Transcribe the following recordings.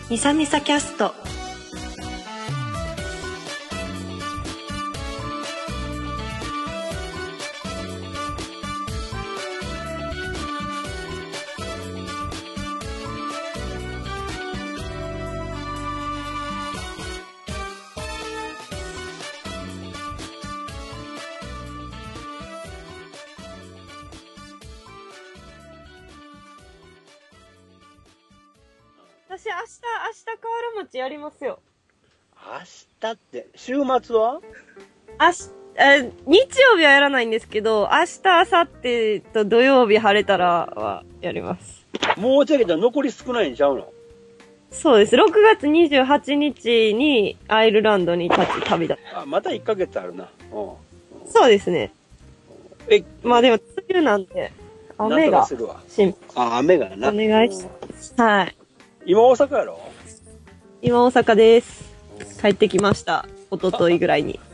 みさみさキャスト。私明日河原町やりますよ。 明日って週末は？ 日曜日はやらないんですけど、明日、明後日と土曜日晴れたらはやります。 もうちょいけど残り少ないんちゃうの？ そうです。6月28日にアイルランドに立つ旅だ。 また1ヶ月あるな。 そうですね。まあでも梅雨なんで雨が雨がな。 お願いします。はい。 今大阪やろ？ 今大阪です。帰ってきました。一昨日ぐらいに。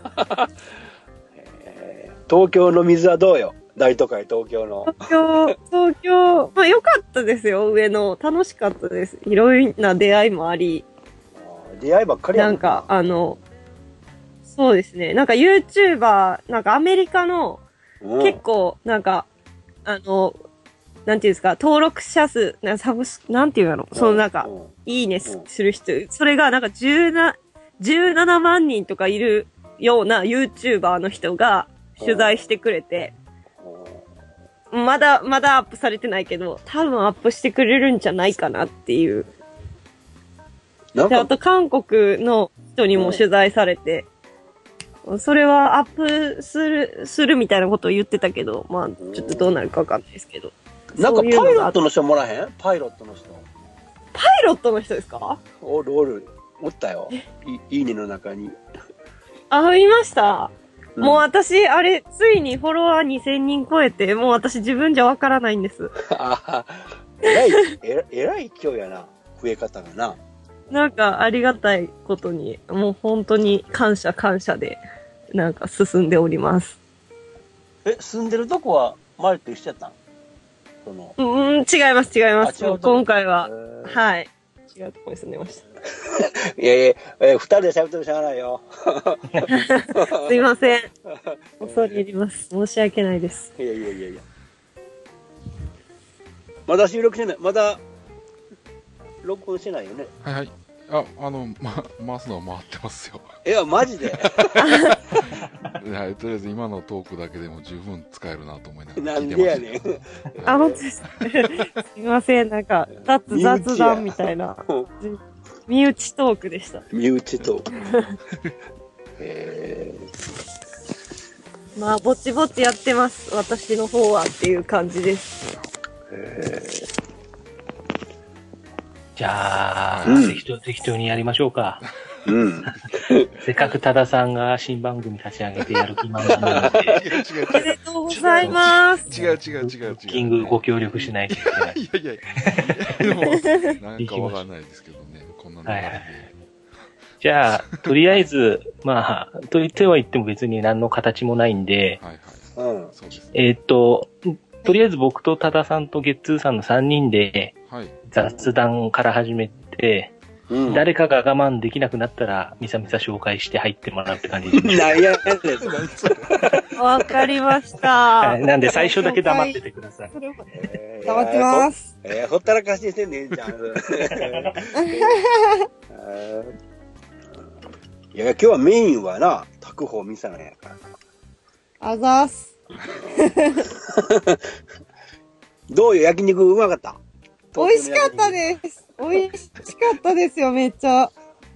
東京の水はどうよ？大都会東京の。 東京、まあ良かったですよ。上野楽しかったです。いろいろな出会いもあり。 出会いばっかりやなんかそうですね。なんか YouTuber、なんかアメリカの、結構なんかなんていうんですか、登録者数、なんていうの、そのなんか、いいねする人、それがなんか17万人とかいるような YouTuber の人が取材してくれて、まだアップされてないけど、多分アップしてくれるんじゃないかなっていう。で、あと韓国の人にも取材されて、それはアップするみたいなことを言ってたけど、まあ、ちょっとどうなるかわかんないですけど。 なんかパイロットの人もらへん？パイロットの人。 パイロットの人ですか？ おる。おったよ。いいねの中に。 見ました。もう私、あれ、ついにフォロワー2000人超えて、もう私自分じゃわからないんです。 えらい勢いやな。増え方がな。 なんかありがたいことに、もう本当に感謝で、なんか進んでおります。 住んでるとこはマリと一緒やったん？ 違います。今回は、はい。違うとこに住んでました。 いや、二人で喋ってもしゃあないよ。 すいません。恐れ入ります。申し訳ないです。 いや。まだ収録してない。まだ、録音してないよね。 はい。回すのは回ってますよ。 マジではい、とりあえず今のトークだけでも十分使えるなと思いながら聞いてました。なんでやねん。 本当です。すいません、なんか、雑談みたいな。身内トークでした。 身内トーク。まあ、ぼちぼちやってます。私の方はっていう感じです。 じゃあ、適当にやりましょうか。せっかく多田さんが新番組立ち上げてやる気満々なので。 おめでとうございます。 違う。 キングご協力しないといけない。 でも、なんかわかんないですけどね。こんなのがあるんで。 じゃあ、とりあえず、まあ、と言っては言っても別に何の形もないんで、 そうですね。 とりあえず僕と多田さんとゲッツーさんの3人で、雑談から始めて、誰かが我慢できなくなったら、みさみさ紹介して入ってもらうって感じで。 何やねん。 わかりました。 なんで最初だけ黙っててください。 黙ってます。 ほったらかしにしてんねんじゃん。いや、今日はメインはな、拓保みさなんやからな。 あざーす。 どうよ、焼肉うまかった？ 美味しかったです。美味しかったですよ、めっちゃ。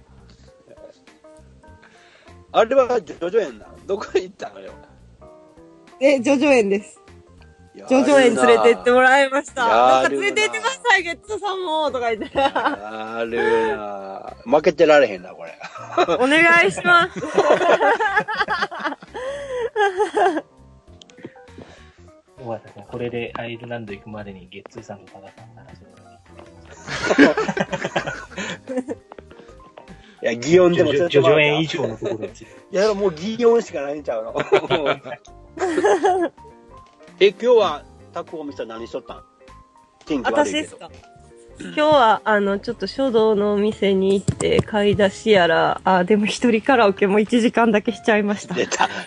あれはジョジョ園な。どこ行ったのよ。 ジョジョ園です。ジョジョ園連れて行ってもらいました。なんか連れて行ってください、ゲッツーさんもとか言って。 あるな。負けてられへんな、これ。 お願いします。 これでアイルランド行くまでにゲッツーさんと多田さんがいや、擬音でもジョジョ園以上のところです。 いや、もう擬音しかないんちゃうの。今日はタコを見たら何しとったん？天気悪いけど。 私ですか？ 今日は、ちょっと書道のお店に行って買い出しやら、でも一人カラオケも1時間だけしちゃいました。 出た。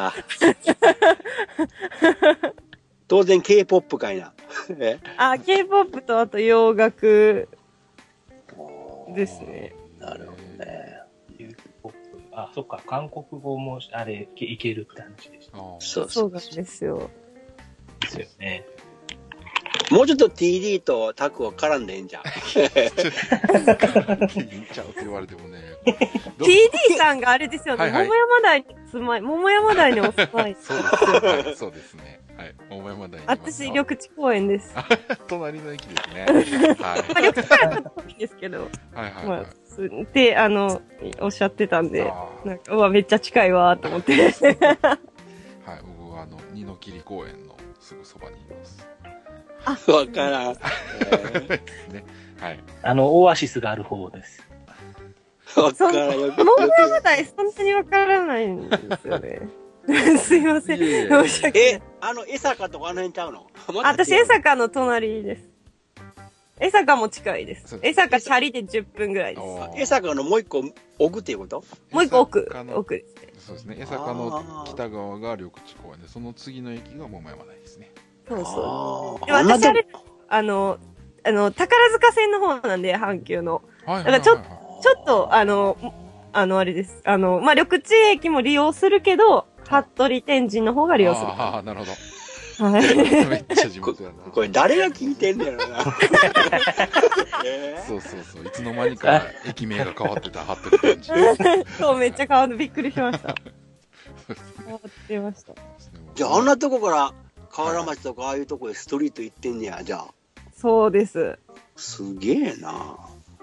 当然 K-POP かいな。 K-POP とあと洋楽ですね。 なるほどね。 そっか、韓国語も、あれ、いけるって話でした。 そうなんですよ。 ですよね。 もうちょっと TD とタクを絡んでいいんじゃん。 いいんちゃうって言われてもね。 TD さんがあれですよね。桃山台にお住まい。桃山台にお住まい。 そうですね。はい。桃山台に。 私、緑地公園です。 隣の駅ですね。 はい。緑地からちょっと遠いんですけど。で、おっしゃってたんで、なんか、うわ、めっちゃ近いわ、と思って。はい。 僕は、二の切公園のすぐそばにいます。 わからん。 ね。はい。 オアシスがある方です。 わからんよ。 桃山台、そんなにわからないんですよね。すいません。申し訳ない。 江坂とかあの辺ちゃうの？ 私、江坂の隣です。江坂も近いです。江坂チャリで10分ぐらいです。 江坂のもう一個奥っていうこと？ もう一個奥ですね。 そうですね。江坂の北側が緑地公園で、その次の駅が桃山台ですね。 そうそう。で、私あれ、宝塚線の方なんで、阪急の。だからちょっと、あれです。緑地駅も利用するけど、服部天神の方が利用する。 ああ、なるほど。 はい。 めっちゃ地元やな。 これ誰が聞いてんねやろな。 そう。いつの間にか駅名が変わってた、服部天神。 そう、めっちゃ変わってびっくりしました。変わってました。 じゃあ、あんなとこから、河原町とかああいうとこへストリート行ってんねや、じゃあ。 そうです。 すげえな。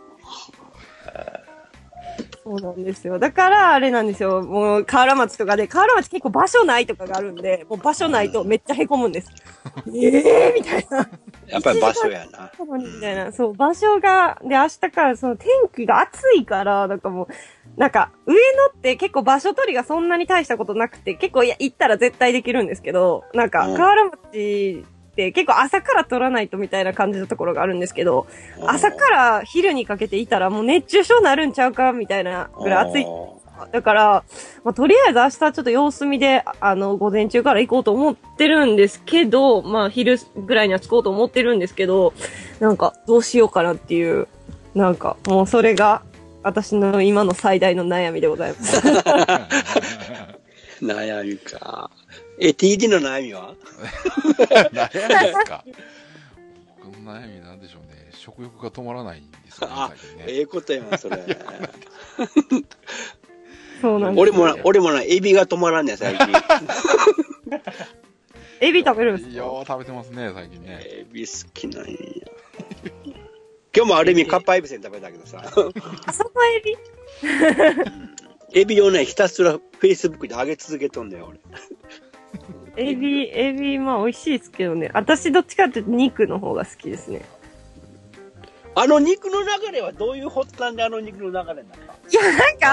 そうなんですよ。だから、あれなんですよ。もう、河原町とかで、河原町結構場所ないとかがあるんで、もう場所ないとめっちゃ凹むんです。みたいな。 やっぱり場所やな。 みたいな。そう、場所が、で、明日からその天気が暑いから、なんかもう、なんか、上野って結構場所取りがそんなに大したことなくて、結構行ったら絶対できるんですけど、なんか、河原町って結構朝から取らないとみたいな感じのところがあるんですけど、朝から昼にかけていたらもう熱中症なるんちゃうかみたいなぐらい暑い。だから、まあ、とりあえず明日ちょっと様子見で、午前中から行こうと思ってるんですけど、まあ、昼ぐらいには着こうと思ってるんですけど、なんか、どうしようかなっていう、なんか、もうそれが、私の今の最大の悩みでございます。 悩みか。TD の悩みは悩みですか？僕の悩みなんでしょうね。食欲が止まらないんですよね、最近ね。 ええことやん、それ。 そうなんです。 俺もな、エビが止まらんねん、最近。 エビ食べるんですか？ よう食べてますね、最近ね。 エビ好きなんや。今日もある意味カッパエビせん食べたけどさ。 そのエビエビをね、ひたすら Facebook で上げ続けとんだよ、 俺。エビ、まあ美味しいですけどね。私どっちかっていうと肉の方が好きですね。 あの肉の流れはどういう発端であの肉の流れになった？ いや、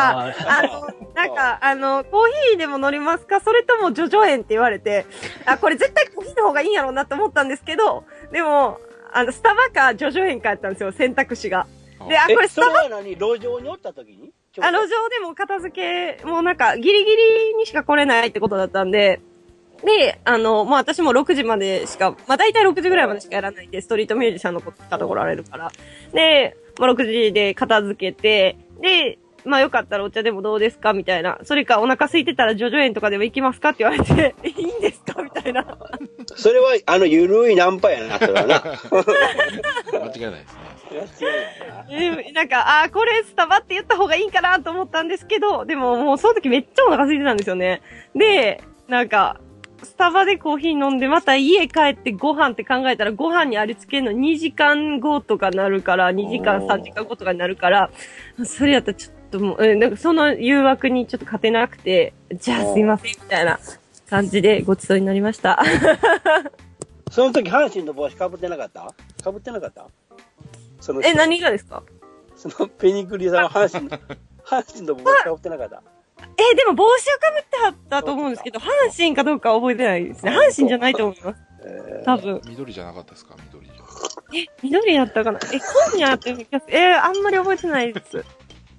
コーヒーでも乗りますか？それともジョジョ園って言われて、これ絶対コーヒーの方がいいんやろうなって思ったんですけど、でも、スタバかジョジョ園かやったんですよ、選択肢が。で、これスタバ。 それは何？路上におった時に？ 路上でも片付け、もうなんか、ギリギリにしか来れないってことだったんで、で、まあ、私も6時までしか、まあ、大体6時ぐらいまでしかやらないんで、ストリートミュージシャンの方来られるから。で、まあ、6時で片付けて、で、まあ、よかったらお茶でもどうですかみたいな。それか、お腹空いてたらジョジョ園とかでも行きますかって言われて、いいんですかみたいな。 それは、ゆるいナンパやな、それはな。 間違いないですね。 なんか、これスタバって言った方がいいんかなと思ったんですけど、でももうその時めっちゃお腹空いてたんですよね。で、なんか、スタバでコーヒー飲んで、また家帰ってご飯って考えたら、ご飯にありつけるの2時間後とかなるから、2時間3時間後とかになるから、それやったらちょっともう、なんかその誘惑にちょっと勝てなくて、じゃあすいません、みたいな感じでごちそうになりました。 その時、阪神の帽子かぶってなかった？かぶってなかった？ 何がですか？ そのペニクリさんは阪神の帽子かぶってなかった？ でも帽子をかぶってはったと思うんですけど、阪神かどうかは覚えてないですね。阪神じゃないと思います。多分。 緑じゃなかったですか？緑じゃ。 緑やったかな紺やった気がする。あんまり覚えてないです。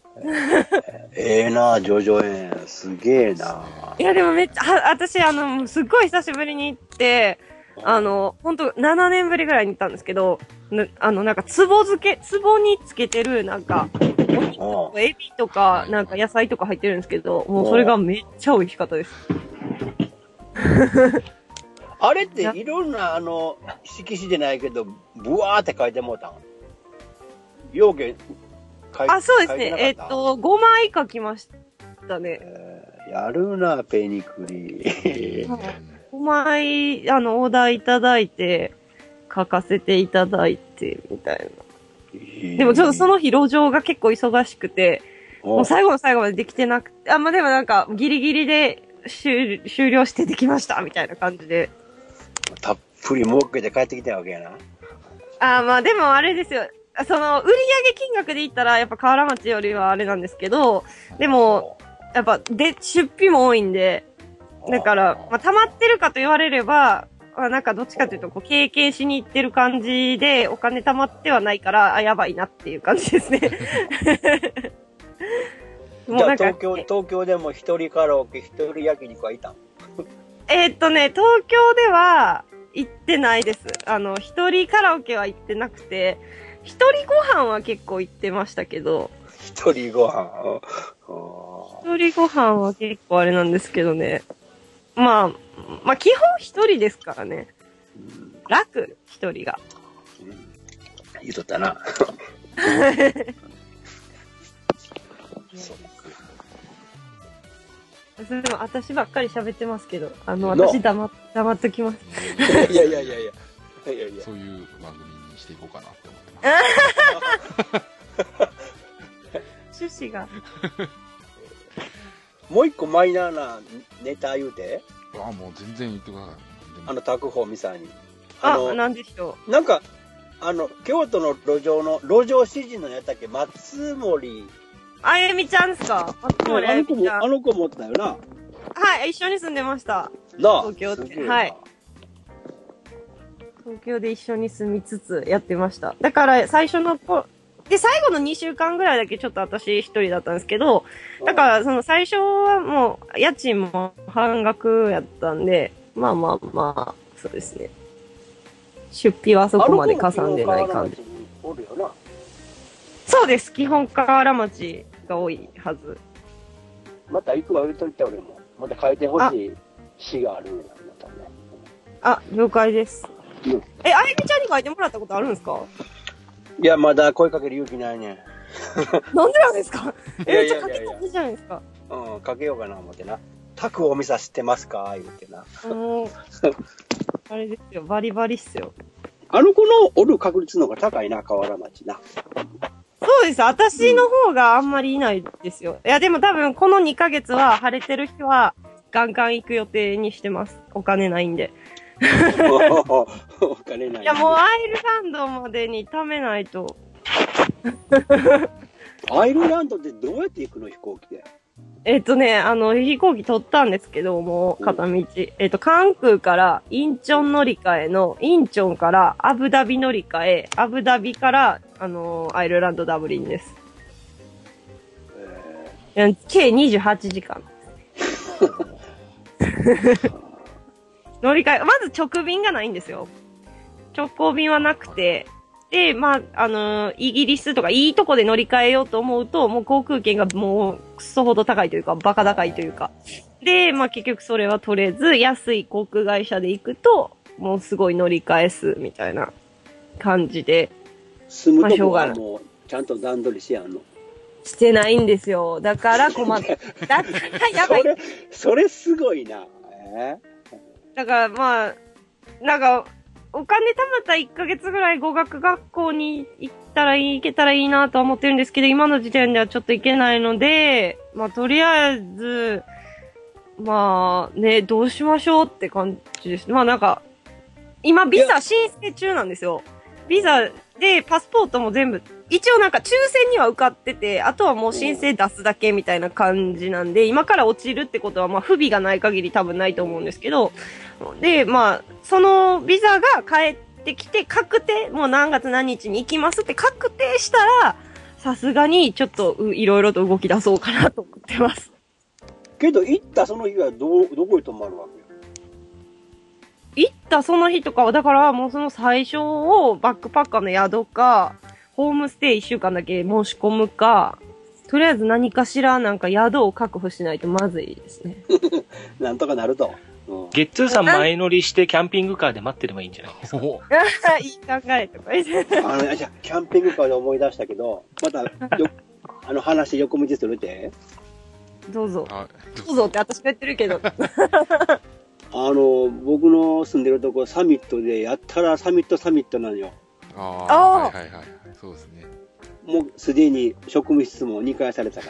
な、ジョジョ園。すげえな。 いや、でもめっちゃ、私、すっごい久しぶりに行って、ほんと、7年ぶりぐらいに行ったんですけど、なんか、壺につけてる、なんか、エビとか、なんか野菜とか入ってるんですけど、もうそれがめっちゃ美味しかったです。 あれっていろんな、色紙じゃないけど、ブワーって書いてもうたん要件そうですね。5枚書きましたね。 やるな、ペニクリ。 5枚、オーダーいただいて、書かせていただいて、みたいな。でもちょっとその日路上が結構忙しくて、もう最後の最後までできてなくて、でもなんかギリギリで終了してできました、みたいな感じで。 たっぷり儲けて帰ってきたわけやな。でもあれですよ。売上金額で言ったら、やっぱ河原町よりはあれなんですけど、でも、やっぱ、出費も多いんで、だから、溜まってるかと言われれば、なんかどっちかというと、経験しに行ってる感じで、お金溜まってはないから、やばいなっていう感じですね。 じゃあ東京でも一人カラオケ、一人焼肉はいたん東京では行ってないです。一人カラオケは行ってなくて、一人ご飯は結構行ってましたけど。 一人ご飯は結構あれなんですけどね。まあ、基本一人ですからね。楽、一人が。 言うとったな。 それでも私ばっかり喋ってますけど、私黙っときます。 いや。 そういう番組にしていこうかなって思ってます。 趣旨が。 もう一個マイナーなネタ言うて。 もう全然言ってください。 拓宝美さんに。 なんでしょう。なんか、京都の路上詩人のやったっけ、松森。 あゆみちゃんですか？松森あゆみちゃん。 あの子もおったよな。 はい、一緒に住んでました。東京で。はい。東京で一緒に住みつつやってました。だから最初の最後の2週間ぐらいだけちょっと私一人だったんですけど、だから最初はもう家賃も半額やったんで、まあ、そうですね。出費はそこまでかさんでない感じ。 おるよな。 そうです。基本河原町が多いはず。 また行くわ言うといて俺も。また書いてほしい詩があるんや、またね。 了解です。あゆみちゃんに書いてもらったことあるんですか？ いや、まだ声かける勇気ないね。 なんでなんですか？めっちゃ書けたじゃないですか。 かけようかな思ってな。拓お店知ってますか言ってな。 あれですよ、バリバリっすよ。 あの子のおる確率の方が高いな、河原町な。 そうです。私の方があんまりいないですよ。いや、でも多分この2ヶ月は晴れてる日はガンガン行く予定にしてます。お金ないんで。 お金ない。 いや、もうアイルランドまでに貯めないと。 アイルランドってどうやって行くの飛行機で。 飛行機取ったんですけど、もう片道。関空からインチョン乗り換えの、インチョンからアブダビ乗り換え、アブダビから、アイルランドダブリンです。計28時間。乗り換え、まず直便がないんですよ。直行便はなくて、で、イギリスとかいいとこで乗り換えようと思うと、もう航空券がもうクソほど高いというか、バカ高いというか。で、結局それは取れず、安い航空会社で行くと、もうすごい乗り換えす、みたいな感じで。 住むとこはもう、ちゃんと段取りしてやんの？ してないんですよ。だから困った。だからやばい。 それすごいな。 だからなんか、お金貯まった1ヶ月ぐらい語学学校に行けたらいいなとは思ってるんですけど、今の時点ではちょっと行けないので、とりあえず、どうしましょうって感じです。なんか、今ビザ申請中なんですよ。ビザでパスポートも全部、一応なんか抽選には受かってて、あとはもう申請出すだけみたいな感じなんで、今から落ちるってことは不備がない限り多分ないと思うんですけど、で、そのビザがってきて、確定、もう何月何日に行きますって確定したら、さすがにちょっといろいろと動き出そうかなと思ってます。 けど、行ったその日はどこに泊まるわけ？ 行ったその日とかは、だからもうその最初をバックパッカーの宿か、ホームステイ1週間だけ申し込むか、とりあえず何かしらなんか宿を確保しないとまずいですね。 なんとかなると。 ゲッツーさん前乗りしてキャンピングカーで待ってればいいんじゃないですか。 いい考えとか言って。 じゃあ、キャンピングカーで思い出したけど、また、話横道するて。 どうぞ。どうぞって私が言ってるけど。 僕の住んでるとこサミットで、やったらサミットなのよ。 ああ、はいはいはい。そうですね。 もうすでに職務質問2回されたから。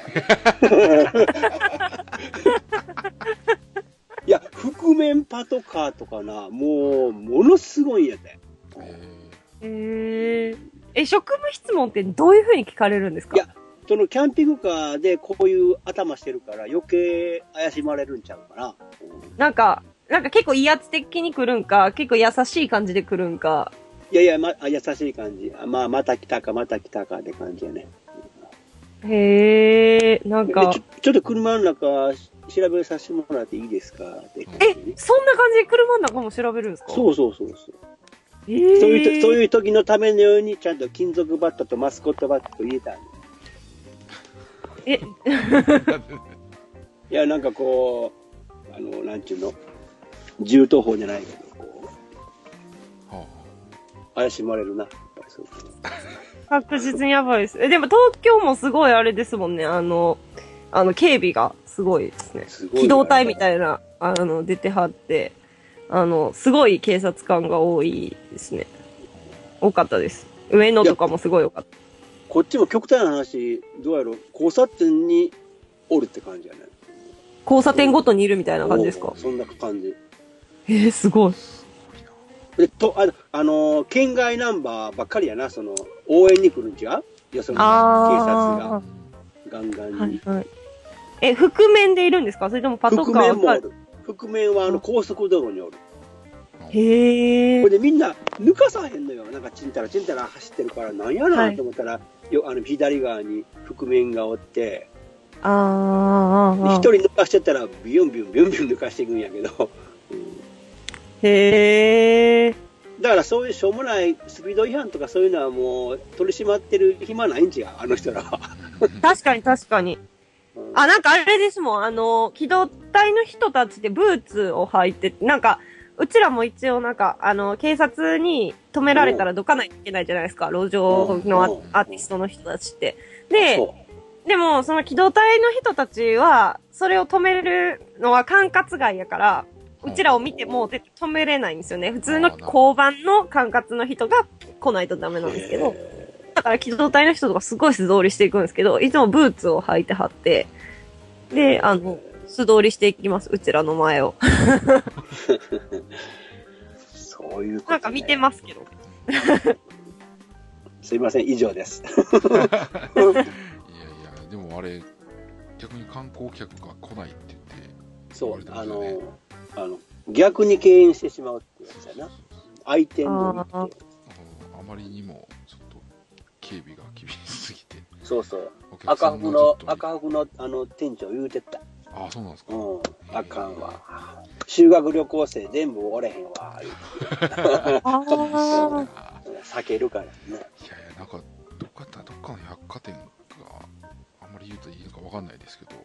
いや、覆面パトカーとかな、もう、ものすごいんやで。 職務質問ってどういう風に聞かれるんですか？ いや、そのキャンピングカーでこういう頭してるから余計怪しまれるんちゃうかな。 なんか結構威圧的に来るんか、結構優しい感じで来るんか。 いやいや、優しい感じ。また来たかって感じやね。 へー、なんか。 ちょっと車の中調べさせてもらっていいですかって、 そんな感じで車の中も調べるんですか？ そう。そういう時のためのようにちゃんと金属バットとマスコットバット入れたんいや、なんかこう、なんちゅうの、銃刀法じゃないけど、こう、怪しまれるな。やっぱりそう確実にやばいです。でも東京もすごいあれですもんね。警備がすごいですね。機動隊みたいな、出てはって、すごい警察官が多いですね。多かったです。上野とかもすごい多かった。 こっちも極端な話、どうやろう、交差点におるって感じやね。 交差点ごとにいるみたいな感じですか？ そんな感じ。 すごい。 で、県外ナンバーばっかりやな、応援に来るん違う？よその警察が、ガンガンに。 はいはい。覆面でいるんですか？それともパトカー？ 覆面もおる。覆面は高速道路におる。 へー。 これでみんな抜かさへんのよ。なんかちんたら走ってるから、なんやなと思ったら、左側に覆面がおって、一人抜かしてたら、ビュンビュン抜かしていくんやけど。 へー。だからそういうしょうもないスピード違反とかそういうのはもう取り締まってる暇ないんちゃう、あの人らは。 確かに。なんかあれですもん、機動隊の人たちでブーツを履いて、なんか、うちらも一応なんか、警察に止められたらどかないといけないじゃないですか、路上のアーティストの人たちって。でも、その機動隊の人たちは、それを止めるのは管轄外やから、うちらを見ても絶対止めれないんですよね。普通の交番の管轄の人が来ないとダメなんですけど。だから機動隊の人とかすごい素通りしていくんですけど、いつもブーツを履いてはって、で、素通りしていきます、うちらの前を。 そういうこと、ね。 なんか見てますけど。 すいません、以上です。 いや、でもあれ、逆に観光客が来ないって言って、 そう、逆に敬遠してしまうってやつやな。相手のあまりにもちょっと警備が厳しすぎて。 そう。赤服の店長言うてた。 あ、そうなんですか。 あかんわ。修学旅行生全部おれへんわ。避けるからね。いや、 なんかどっかの百貨店があんまり言うといいのかわかんないですけど、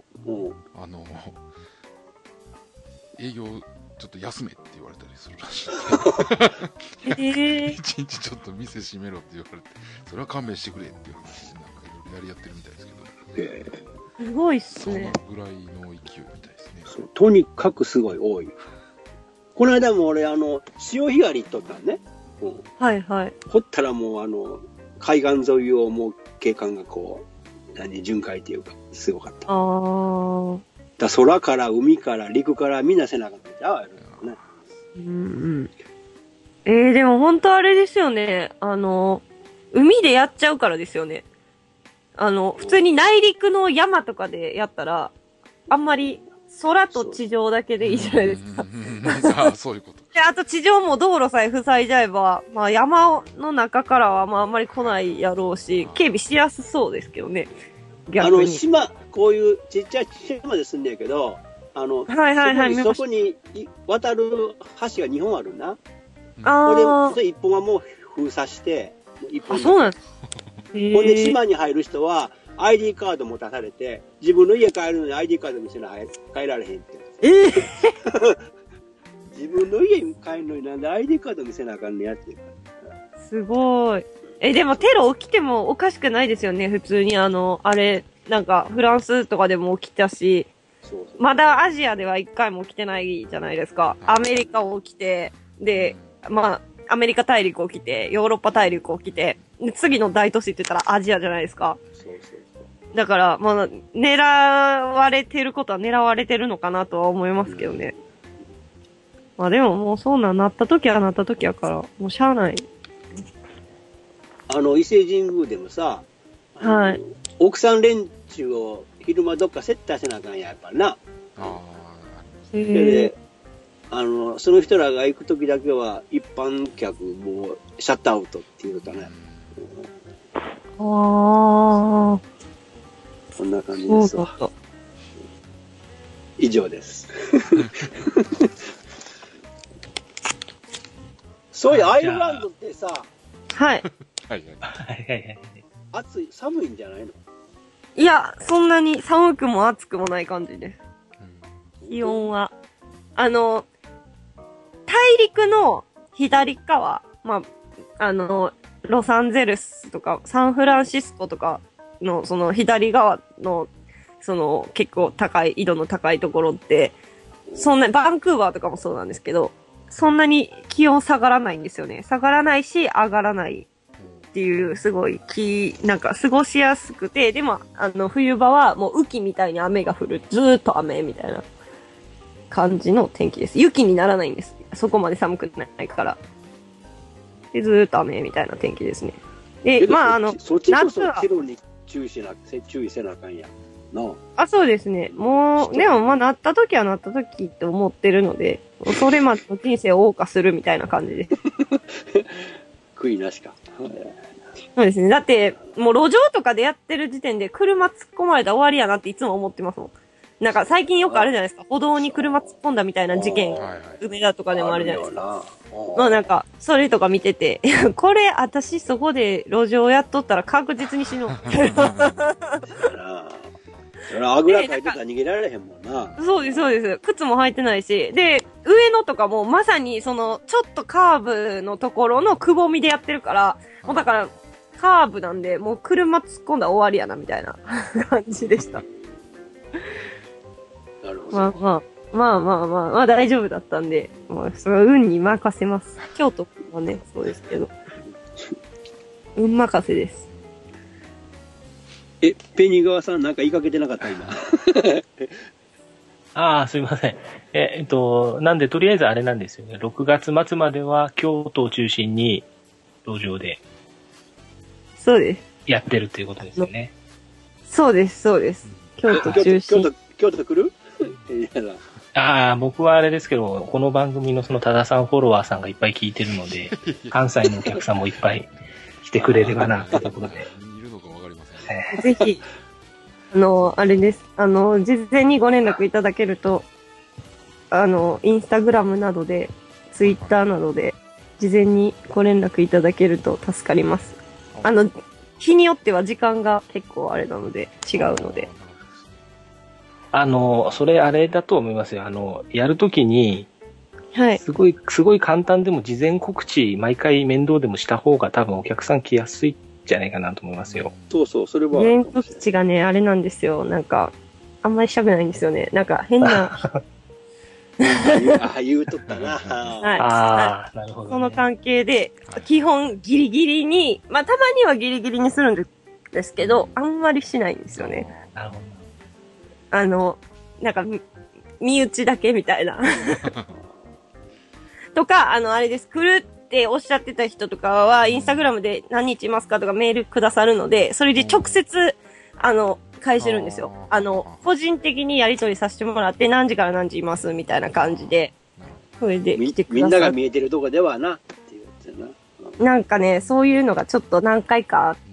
営業ちょっと休めって言われたりするらしい。一日ちょっと店閉めろって言われて、それは勘弁してくれっていう話でなんかいろいろやりってるみたいですけど。 すごいっすね。 そのぐらいの勢いみたいですね。 とにかくすごい多い。この間も俺潮干狩り行っとったんね。 はいはい。 掘ったらもう海岸沿いをもう警官がこう巡回っていうかすごかった。空から海から陸からみんなせなかったんちゃうね。 でも本当あれですよね。海でやっちゃうからですよね。普通に内陸の山とかでやったら、あんまり空と地上だけでいいじゃないですか。 そういうこと。 で、あと地上も道路さえ塞いじゃえば、まあ山の中からはまああんまり来ないやろうし、警備しやすそうですけどね。逆に。 島、こういうちっちゃい島で住んでるけど、そこに渡る橋が2本あるな。これで、1本はもう封鎖して、1本。 そうなんですか。 ほんで、島に入る人は、ID カード持たされて、自分の家帰るのに ID カード見せな帰られへんって。自分の家に帰るのになんで ID カード見せなあかんねやっていう。 すごい。でもテロ起きてもおかしくないですよね、普通にあれ、なんかフランスとかでも起きたし、まだアジアでは一回も起きてないじゃないですか。アメリカ起きて、で、まあ、アメリカ大陸起きて、ヨーロッパ大陸起きて、で次の大都市って言ったらアジアじゃないですか。だから、まあ、狙われてることは狙われてるのかなとは思いますけどね。まあでももうそんなんなった時はなった時やから、もうしゃあない。 伊勢神宮でもさ、 はい。 奥さん連中を昼間どっか接待せなあかんやっぱな。で、その人らが行く時だけは一般客もうシャットアウトっていうかね。こんな感じですわ。以上です。そういうアイルランドってさ、 はい。 暑い、寒いんじゃないの？ いや、そんなに寒くも暑くもない感じです。気温は。大陸の左側、まあ、ロサンゼルスとか、サンフランシスコとかの、その左側の、結構緯度の高いところって、そんな、バンクーバーとかもそうなんですけど、そんなに気温下がらないんですよね。下がらないし、上がらないっていう、すごいなんか過ごしやすくて、でも、冬場はもう雨季みたいに雨が降る。ずーっと雨みたいな感じの天気です。雪にならないんです。そこまで寒くないから。で、ずーっと雨みたいな天気ですね。で、まあそっちこそテロに注意せなあかんや。 そうですね。もう、でもまあなった時はなった時って思ってるので、それまでの人生を謳歌するみたいな感じです。 悔いなしか。 そうですね。だって、もう路上とかでやってる時点で車突っ込まれたら終わりやなっていつも思ってますもん。なんか最近よくあるじゃないですか。歩道に車突っ込んだみたいな事件、梅田とかでもあるじゃないですか。まあなんか、それとか見てて、これ私そこで路上やっとったら確実に死のう。 それあぐらかいてたら逃げられへんもんな。 そうです、そうです。靴も履いてないし。で、上野とかもまさにちょっとカーブのところのくぼみでやってるから、もうだから、カーブなんで、もう車突っ込んだら終わりやな、みたいな感じでした。 なるほど。 まあ大丈夫だったんで、まあ、それは運に任せます。京都はね、そうですけど。運任せです。 ペニー川さんなんか言いかけてなかった今。 すいません。なんでとりあえずあれなんですよね。6月末までは京都を中心に路上で。 そうです。 やってるということですよね。 そうです、そうです。京都中心。 京都来る？ 僕はあれですけど、この番組のその多田さんフォロワーさんがいっぱい聞いてるので、関西のお客さんもいっぱい来てくれればな、というところで。 ぜひ、あれです。事前にご連絡いただけると、インスタグラムなどで、ツイッターなどで、事前にご連絡いただけると助かります。日によっては時間が結構あれなので、違うので。 それあれだと思いますよ。やるときに、 はい。 すごい簡単でも事前告知、毎回面倒でもした方が多分お客さん来やすいじゃないかなと思いますよ。 そう、それは。 事前告知がね、あれなんですよ。なんか、あんまりしたくないんですよね。なんか変な。 言うとったな。 はい。 なるほど、ね。 その関係で、基本ギリギリに、まあたまにはギリギリにするんですけど、あんまりしないんですよね。 なるほど。 なんか、身内だけみたいな。とか、あれです。来るっておっしゃってた人とかは、インスタグラムで何日いますかとかメールくださるので、それで直接、返してるんですよ。個人的にやり取りさせてもらって、何時から何時いますみたいな感じで。 それで来てくださみんなが見えてるとこではな、っていうやつやな。 なんかね、そういうのがちょっと何回かあって、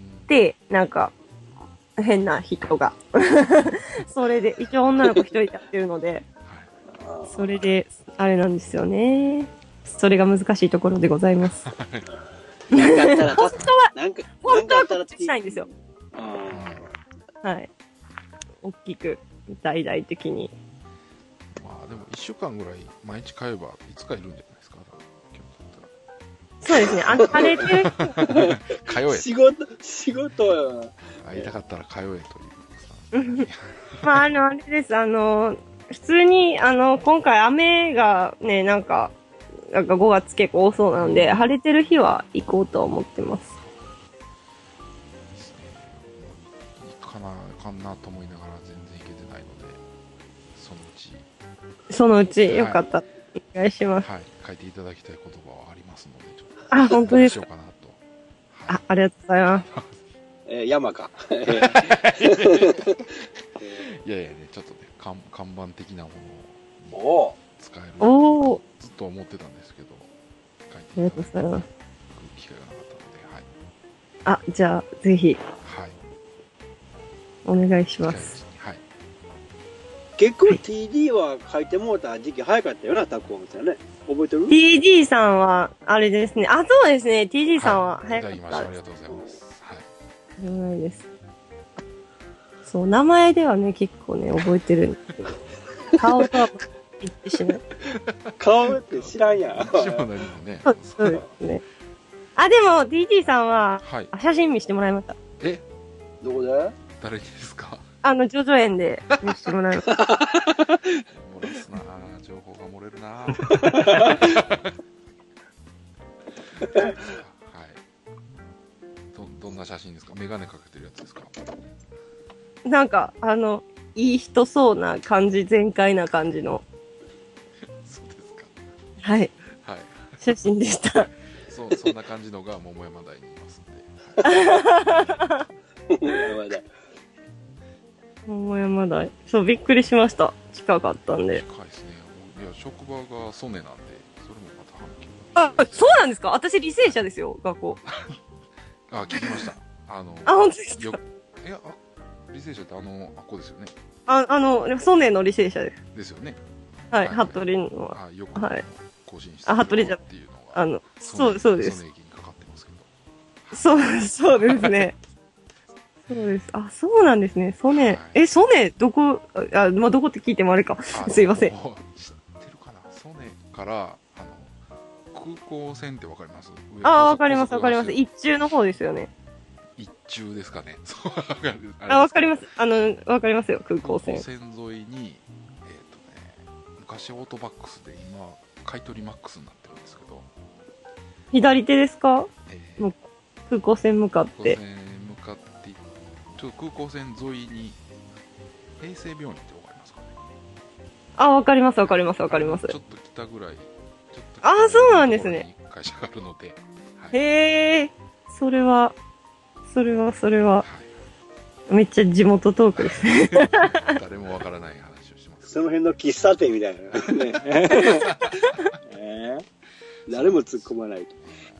なんか、変な人が。それで、一応女の子一人でやってるので、それで、あれなんですよね。それが難しいところでございます。 なんかあったら、 本当は、 本当はこっちしたいんですよ。はい。大きく、大々的に。 まあでも1週間ぐらい毎日通えばいつかいるんじゃないですか。 そうですね。晴れてる通え。 仕事よ。 会いたかったら通えという。 まあ、あれです。普通に、今回雨がね、なんか5月結構多そうなんで、晴れてる日は行こうと思ってます。 行かなあかんなと思いながら全然行けてないので、 そのうちよかったらお願いします。 はい。書いていただきたい言葉はありますので、ちょっと。 あ、本当ですか。 しようかなと。 ありがとうございます。 山か。 いやいやね、ちょっとね、看板的なものを使えるとずっと思ってたんですけど、書いていただく機会がなかったので、はい。 あ、じゃあ、ぜひ。 はい。 お願いします。 はい。 結構 TD は書いてもうた時期早かったよな、タコみたいなね。覚えてる？ TD さんは、あれですね。あ、そうですね。TD さんは早かった。 いただきました。ありがとうございます。はい。 ないです。そう、名前ではね、結構ね、覚えてるんですけど。顔とは言ってしまう。 顔って知らんやん。 そうですね。あ、でも、TD さんは、写真見してもらいました。 どこで？ 誰ですか？ ジョジョ園で見せてもらいました。 漏らすなぁ、情報が漏れるなぁ。はい。どんな写真ですか？メガネかけてるやつですか？ なんか、いい人そうな感じ、全開な感じの。 そうですか。 はい。 はい。 写真でした。 そんな感じのが桃山台にいますんで。 桃山台。 桃山台。そう、びっくりしました。近かったんで。 近いですね。いや、職場が曽根なんで、それもまた反響。あ、そうなんですか？私、履正社ですよ、学校。 あ、聞きました。 本当ですか？ いや、履正社ってあっこですよね。 曽根の履正社です。 ですよね。 はい、服部の。 よく更新して服部じゃっていうのが。そうです。曽根駅にかかってますけど。 そうですね。そうです。あ、そうなんですね。曽根。曽根、どこ、まあ、どこって聞いてもあれか。すいません。知ってるかな？曽根から、空港線ってわかります？ わかります。一中の方ですよね。 一中ですかね。 わかります。わかりますよ、空港線。 空港線沿いに、昔オートバックスで今、買取マックスになってるんですけど。 左手ですか？空港線向かって。 空港線沿いに、平成病院ってわかりますかね？ わかります。ちょっと北ぐらい。 そうなんですね。 会社があるので。 へえ、それは。めっちゃ地元トークですね。 誰もわからない話をします。 その辺の喫茶店みたいな。誰も突っ込まないと。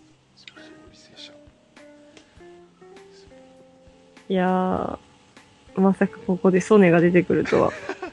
いやー、まさかここでソネが出てくるとは。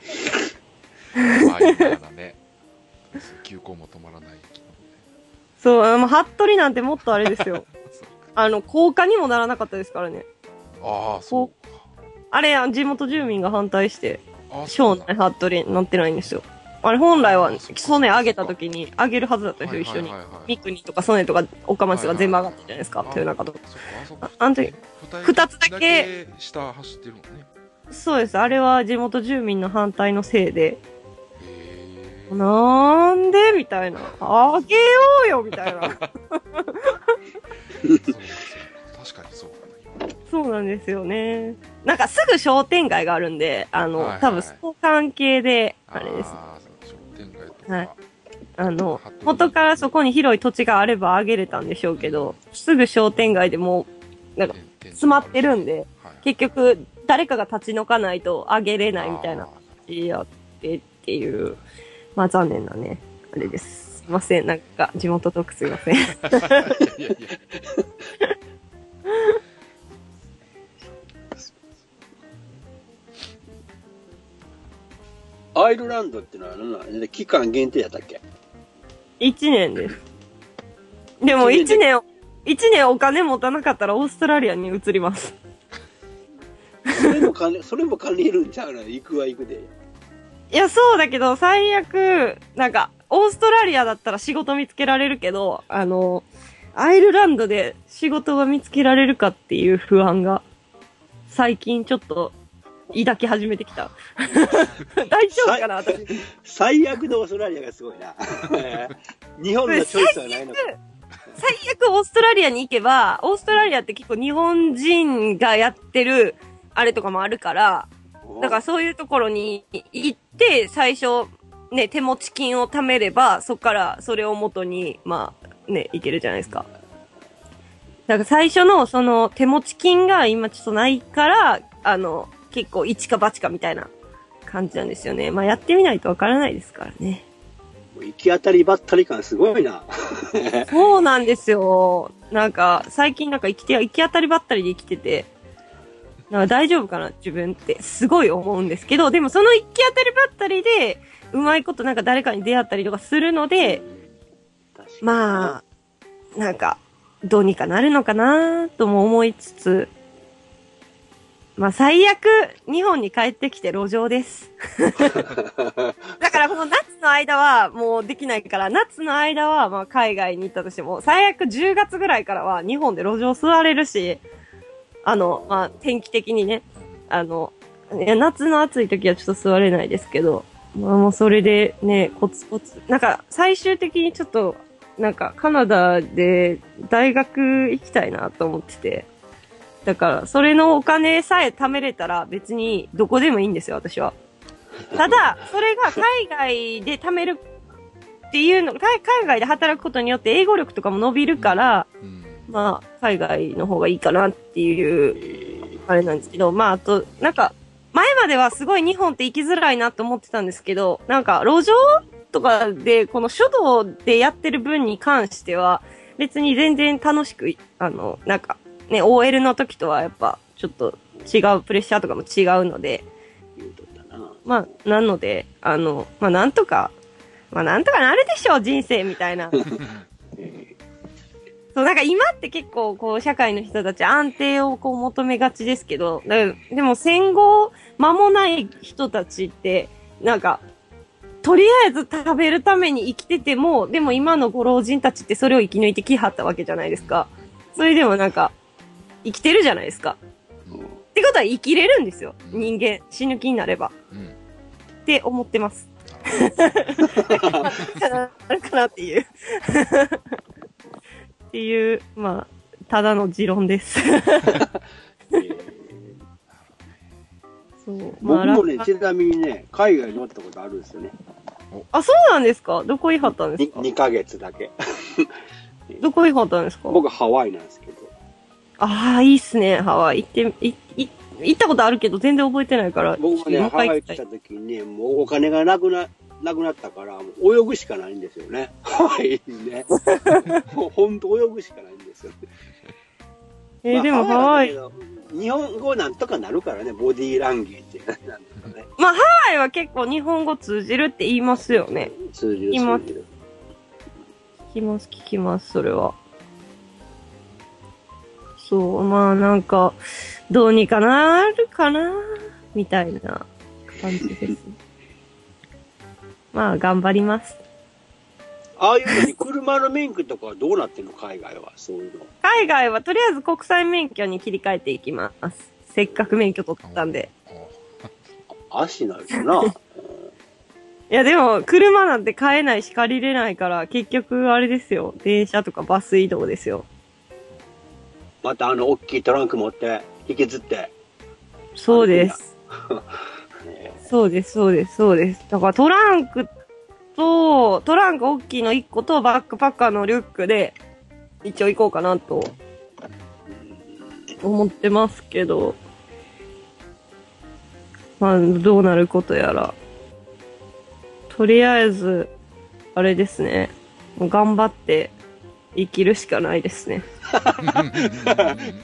急行も止まらない。 そう、服部なんてもっとあれですよ。高架にもならなかったですからね。 そう。 あれ、地元住民が反対して、省内服部になってないんですよ。あれ、本来は、ソネ上げた時に、上げるはずだったんですよ、一緒に。三国とかソネとか、岡松が全部上がったじゃないですか、豊中とか。あの時、二つだけ、 下走ってるもんね。 そうです。あれは地元住民の反対のせいで、なんでみたいな。あげようよみたいな。 確かにそうかな。 そうなんですよね。なんかすぐ商店街があるんで、多分その関係で、あれです。 商店街とか。 はい。元からそこに広い土地があればあげれたんでしょうけど、すぐ商店街でもう、なんか、詰まってるんで、結局、誰かが立ち退かないとあげれないみたいな、やってっていう、まあ残念なね、 あれです。すいません、なんか、地元トークすいません。いやいやいや。 アイルランドってのは何なの？期間限定やったっけ ？1年です。でも1年お金持たなかったらオーストラリアに移ります。 それも兼ねるんちゃうの？行くは行くで。 いや、そうだけど、最悪、なんか、オーストラリアだったら仕事見つけられるけど、アイルランドで仕事が見つけられるかっていう不安が、最近ちょっと、抱き始めてきた。大丈夫かな、私。 最悪のオーストラリアがすごいな。日本のチョイスはないのか。 最悪オーストラリアに行けば、オーストラリアって結構日本人がやってる、あれとかもあるから、だからそういうところに行って、最初、ね、手持ち金を貯めれば、そこからそれを元に、まあ、ね、いけるじゃないですか。だから最初のその手持ち金が今ちょっとないから、結構一か八かみたいな感じなんですよね。まあやってみないとわからないですからね。 行き当たりばったり感すごいな。 そうなんですよ。なんか、最近なんか行き当たりばったりで生きてて、なんか大丈夫かな自分ってすごい思うんですけど、でもその行き当たりばったりで、うまいことなんか誰かに出会ったりとかするので、まあ、なんか、どうにかなるのかなとも思いつつ、まあ最悪、日本に帰ってきて路上です。だからこの夏の間はもうできないから、夏の間はまあ海外に行ったとしても、最悪10月ぐらいからは日本で路上座れるし、まあ天気的にね、いや夏の暑い時はちょっと座れないですけど、まあもうそれでね、コツコツ、なんか最終的にちょっと、なんかカナダで大学行きたいなと思ってて、だから、それのお金さえ貯めれたら別にどこでもいいんですよ、私は。ただ、それが海外で貯めるっていうの、海外で働くことによって英語力とかも伸びるから、まあ、海外の方がいいかなっていう、あれなんですけど、まあ、あと、なんか、前まではすごい日本って行きづらいなと思ってたんですけど、なんか、路上とかで、この書道でやってる分に関しては、別に全然楽しく、なんか、ね、OL の時とはやっぱ、ちょっと違う、プレッシャーとかも違うので、まあ、なので、まあ、なんとかなるでしょう、人生みたいな。そう、なんか今って結構、こう、社会の人たち安定をこう求めがちですけど、でも戦後間もない人たちって、なんか、とりあえず食べるために生きてても、でも今のご老人たちってそれを生き抜いてきはったわけじゃないですか。それでもなんか、生きてるじゃないですか。ってことは生きれるんですよ。人間、死ぬ気になれば。って思ってます。あるかなっていう。っていう、まあ、ただの持論です。 そう。僕もね、ちなみにね、海外に乗ったことあるんですよね。 あ、そうなんですか？どこ行はったんですか ？2ヶ月だけ。 どこ行はったんですか？ 僕ハワイなんですけど。 ああ、いいっすね、ハワイ。行ったことあるけど全然覚えてないから。 僕もね、ハワイ来た時にね、もうお金がなくなったから、泳ぐしかないんですよね。ハワイにね。ほんと泳ぐしかないんですよね。 でもハワイ。 日本語なんとかなるからね、ボディーランゲージなんとかね。 まあ、ハワイは結構日本語通じるって言いますよね。 通じる。 聞きます、それは。そう、まあなんか、どうにかなるかなみたいな感じです。まあ、頑張ります。 ああいうのに車の免許とかはどうなってんの？海外は、そういうの。 海外はとりあえず国際免許に切り替えていきます。せっかく免許取ったんで。 足なるかな。 いやでも、車なんて買えないし借りれないから、結局あれですよ。電車とかバス移動ですよ。 また大きいトランク持って、引きずって。 そうです。そうです。だからトランク大きいの1個とバックパッカーのリュックで、一応行こうかなと、思ってますけど、まあ、どうなることやら。とりあえず、 あれですね。頑張って生きるしかないですね。 まあ、1ヶ月ちょい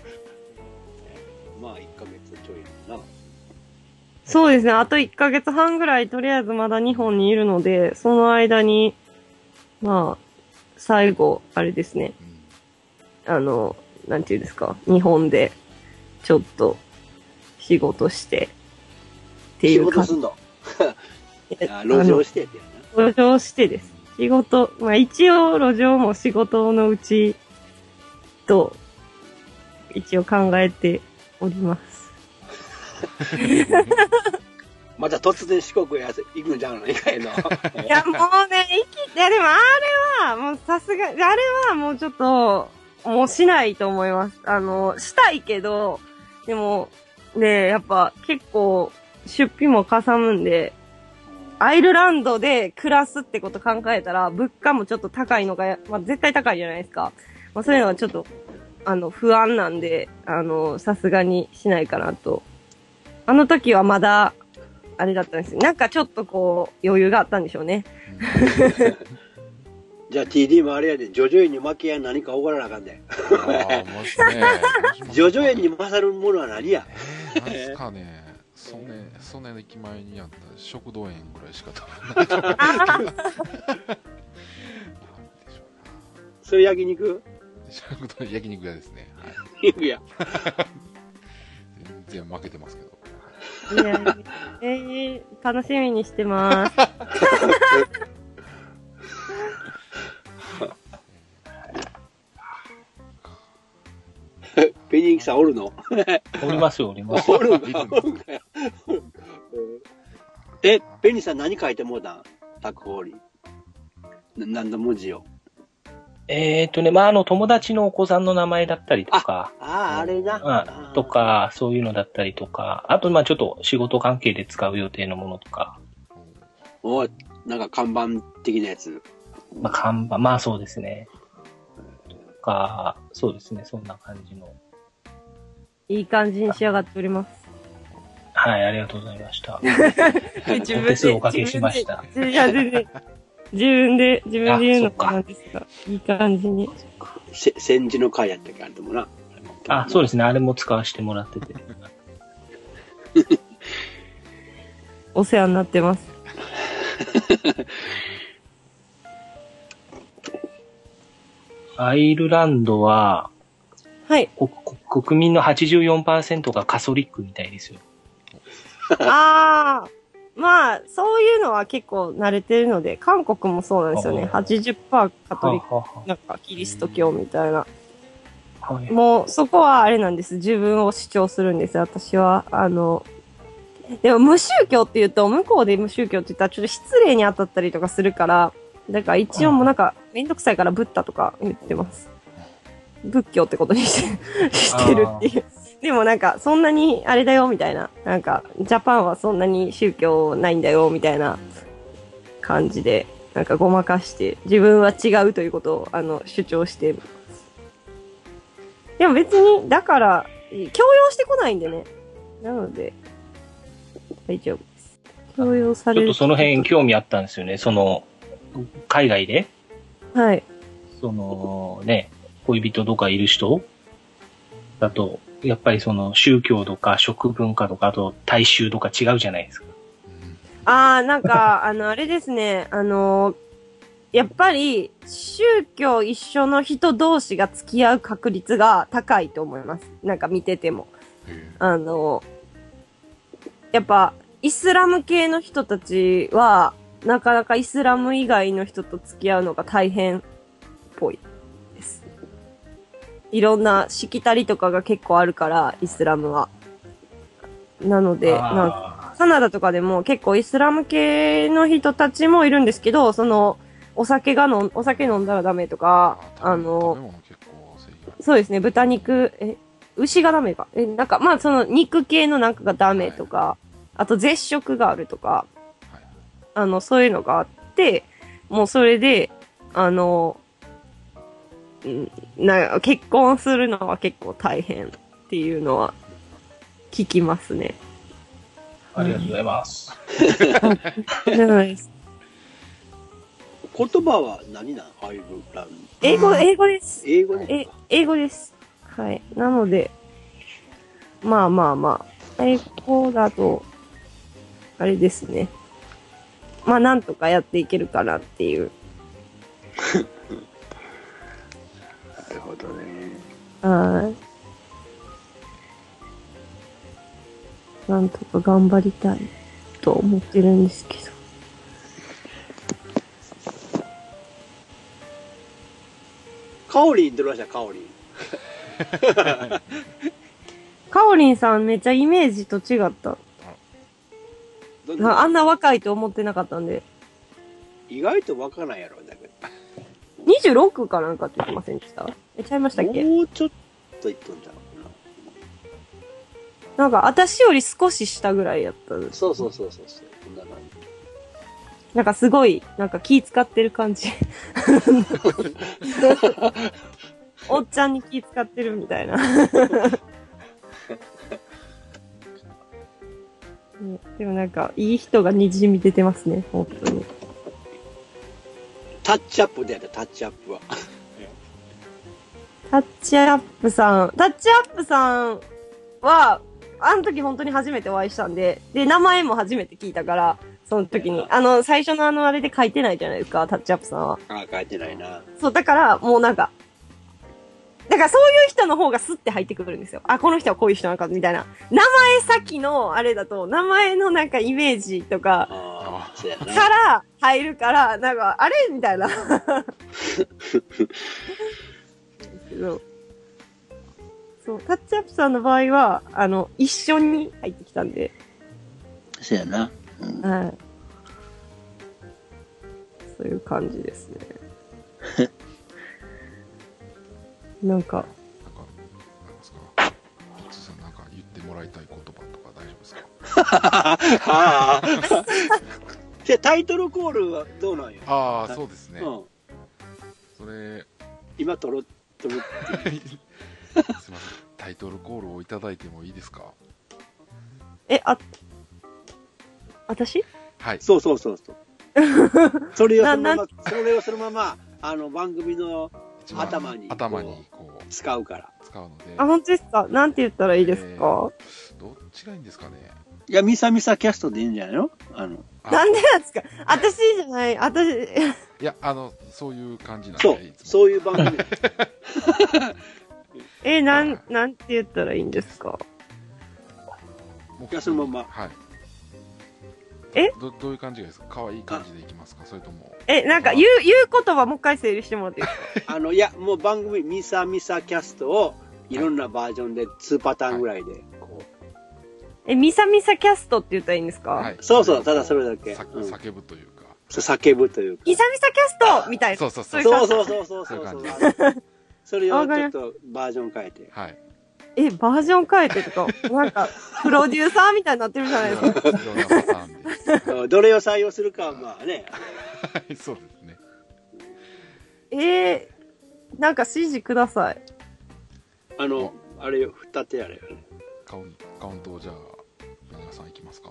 な。 そうですね。あと1ヶ月半ぐらい、とりあえずまだ日本にいるので、その間に、まあ、最後、あれですね。なんていうんですか。日本で、ちょっと、仕事して、っていう感じ。 仕事すんの路上してってやな。路上してです。仕事、まあ一応路上も仕事のうちと、一応考えております。 また突然四国へ行くんじゃんのいかいの。いや、もうね、いやでもあれは、もうさすが、あれはもうちょっと、もうしないと思います。したいけど、でも、ね、やっぱ結構出費もかさむんで、アイルランドで暮らすってこと考えたら、物価もちょっと高いのが、まあ、絶対高いじゃないですか。まあ、そういうのはちょっと、不安なんで、さすがにしないかなと。あの時はまだ、あれだったんですよ。なんかちょっとこう、余裕があったんでしょうね。 じゃあ TD もあれやで、ジョジョ園に負けや何かおごらなあかんで。 ああ、もしね。 ジョジョ園に勝るものは何や。 なんすかね。曽根の駅前にあった食堂園ぐらいしか食べない。 それ焼肉？ 食堂焼肉屋ですね。はい。 焼肉屋。 全然負けてますけど。 いや、楽しみにしてます。 ペニーキさんおるの？ おりますよ、おります。 おるの？ペニーさん何書いてもうたん？タクホーリー。何の文字を？ まあ、友達のお子さんの名前だったりとか。 あれな。 とか、そういうのだったりとか。あと、まあ、ちょっと仕事関係で使う予定のものとか。 なんか看板的なやつ。 まあ、看板、まあそうですね。とか、そうですね、そんな感じの。 いい感じに仕上がっております。 はい、ありがとうございました。 自分で。 お手数おかけしました。 いや、全然。自分で言うのもなんですが、いい感じに。 戦時の会やったっけあれでもな。 そうですね、あれも使わせてもらってて。 お世話になってます。 アイルランドは、 はい。 国民の 84% がカソリックみたいですよ。 まあ、そういうのは結構慣れてるので、韓国もそうなんですよね。80% カトリック、なんかキリスト教みたいな。もう、そこはあれなんです。自分を主張するんです、私は。でも無宗教って言うと、向こうで無宗教って言ったらちょっと失礼に当たったりとかするから、だから一応もうなんか、めんどくさいからブッダとか言ってます。仏教ってことにしてるっていう。でもなんか、そんなにあれだよみたいな。なんか、ジャパンはそんなに宗教ないんだよみたいな感じで、なんかごまかして、自分は違うということを、主張してます。でも別に、だから、強要してこないんでね。なので、大丈夫です。強要される。 ちょっとその辺興味あったんですよね。海外ではい。 恋人とかいる人だと、やっぱり宗教とか食文化とか、あと大衆とか違うじゃないですか。 なんか、あれですね、やっぱり、宗教一緒の人同士が付き合う確率が高いと思います。なんか見てても。やっぱ、イスラム系の人たちは、なかなかイスラム以外の人と付き合うのが大変っぽいです。いろんなしきたりとかが結構あるから、イスラムは。なので、なんか、カナダとかでも結構イスラム系の人たちもいるんですけど、お酒飲んだらダメとか、そうですね、豚肉、牛がダメか。なんか、まあ肉系のなんかがダメとか、あと絶食があるとか、そういうのがあって、もうそれで、結婚するのは結構大変っていうのは聞きますね。 ありがとうございます。 言葉は何なの？アイルランド。 英語です。 英語ですか？ 英語です。はい。なので、まあ。英語だと、あれですね。まあ、なんとかやっていけるかなっていう。 なるほどね。 はい。なんとか頑張りたいと思ってるんですけど。 カオリンどうでした？カオリン。 カオリンさんめっちゃイメージと違った。あんな若いと思ってなかったんで。 意外と若ないやろ、だけど。 26かなんかって言ってませんでした？ちゃいましたっけ？ もうちょっと言っとんじゃん。 なんか、私より少し下ぐらいやった。 そう。こんな感じ。 なんかすごい、なんか気使ってる感じ。おっちゃんに気使ってるみたいな。でもなんか、いい人が滲み出てますね、本当に。 タッチアップでやった、タッチアップは。 タッチアップさんは、あの時本当に初めてお会いしたんで、で、名前も初めて聞いたから、その時に。最初のあれで書いてないじゃないですか、タッチアップさんは。 ああ、書いてないな。 そう、だから、もうなんか、だからそういう人の方がスッて入ってくるんですよ。あ、この人はこういう人なんか、みたいな。名前先のあれだと、名前のなんかイメージとか、 そうやな。 から入るから、なんか、あれみたいな。そう、タッチアップさんの場合は、一緒に入ってきたんで。 そうやな。 はい。そういう感じですね。なんか、 なんですか、キッズさんなんか言ってもらいたい言葉とか大丈夫ですか？ ああ。で、タイトルコールはどうなんよ？ ああ、そうですね。 うん。 それ、 今撮るすいません。タイトルコールをいただいてもいいですか？ 私？ はい。 そう。それをそのまま、番組の頭にこう使うから。 使うので。 あ、本当ですか？なんて言ったらいいですか？ どっちがいいんですかね？ いや、ミサキャストでいいんじゃないの？ なんでなんですか？私じゃない、私。 いや、そういう感じなんで。 そういう番組。 なんて言ったらいいんですか？ いや、そのまま。 はい。どういう感じがいいですか？可愛い感じでいきますか？それとも。 なんか言う言葉もう一回整理してもらっていいですか？ いや、もう番組、ミサキャストをいろんなバージョンで2パターンぐらいで、こう。ミサキャストって言ったらいいんですか？ はい。 そう、ただそれだけ。 叫ぶというか。 叫ぶというか。 ミサキャストみたいな。 そう。それをちょっとバージョン変えて。 はい。 バージョン変えてとか、なんか、プロデューサーみたいになってるじゃないですか。 どれを採用するかはまあね。 そうですね。 なんか指示ください。 あれよ、二手あれよね。 カウントをじゃあ、皆さんいきますか。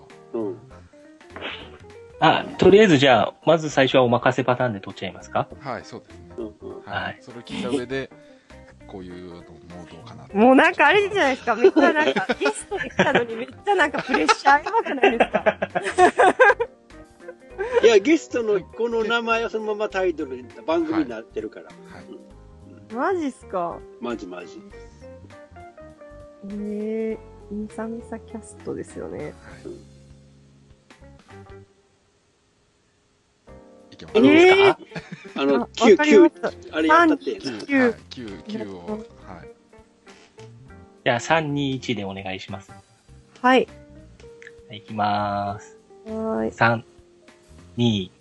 とりあえずじゃあ、まず最初はお任せパターンで取っちゃいますか？ はい、そうですね。 はい。 それを聞いた上で、こういうのもどうかな。 もうなんかあれじゃないですか。めっちゃなんか、ゲストで来たのにめっちゃなんかプレッシャーやばくないですか？ いや、ゲストのこの名前はそのままタイトル、番組になってるから。はい。 マジっすか？ マジ。 ミサキャストですよね。 いけますか？ 9、あれやったって 9を、はい。 じゃあ、3、2、1でお願いします。 はい。 いきまーす。 はい。 3、2、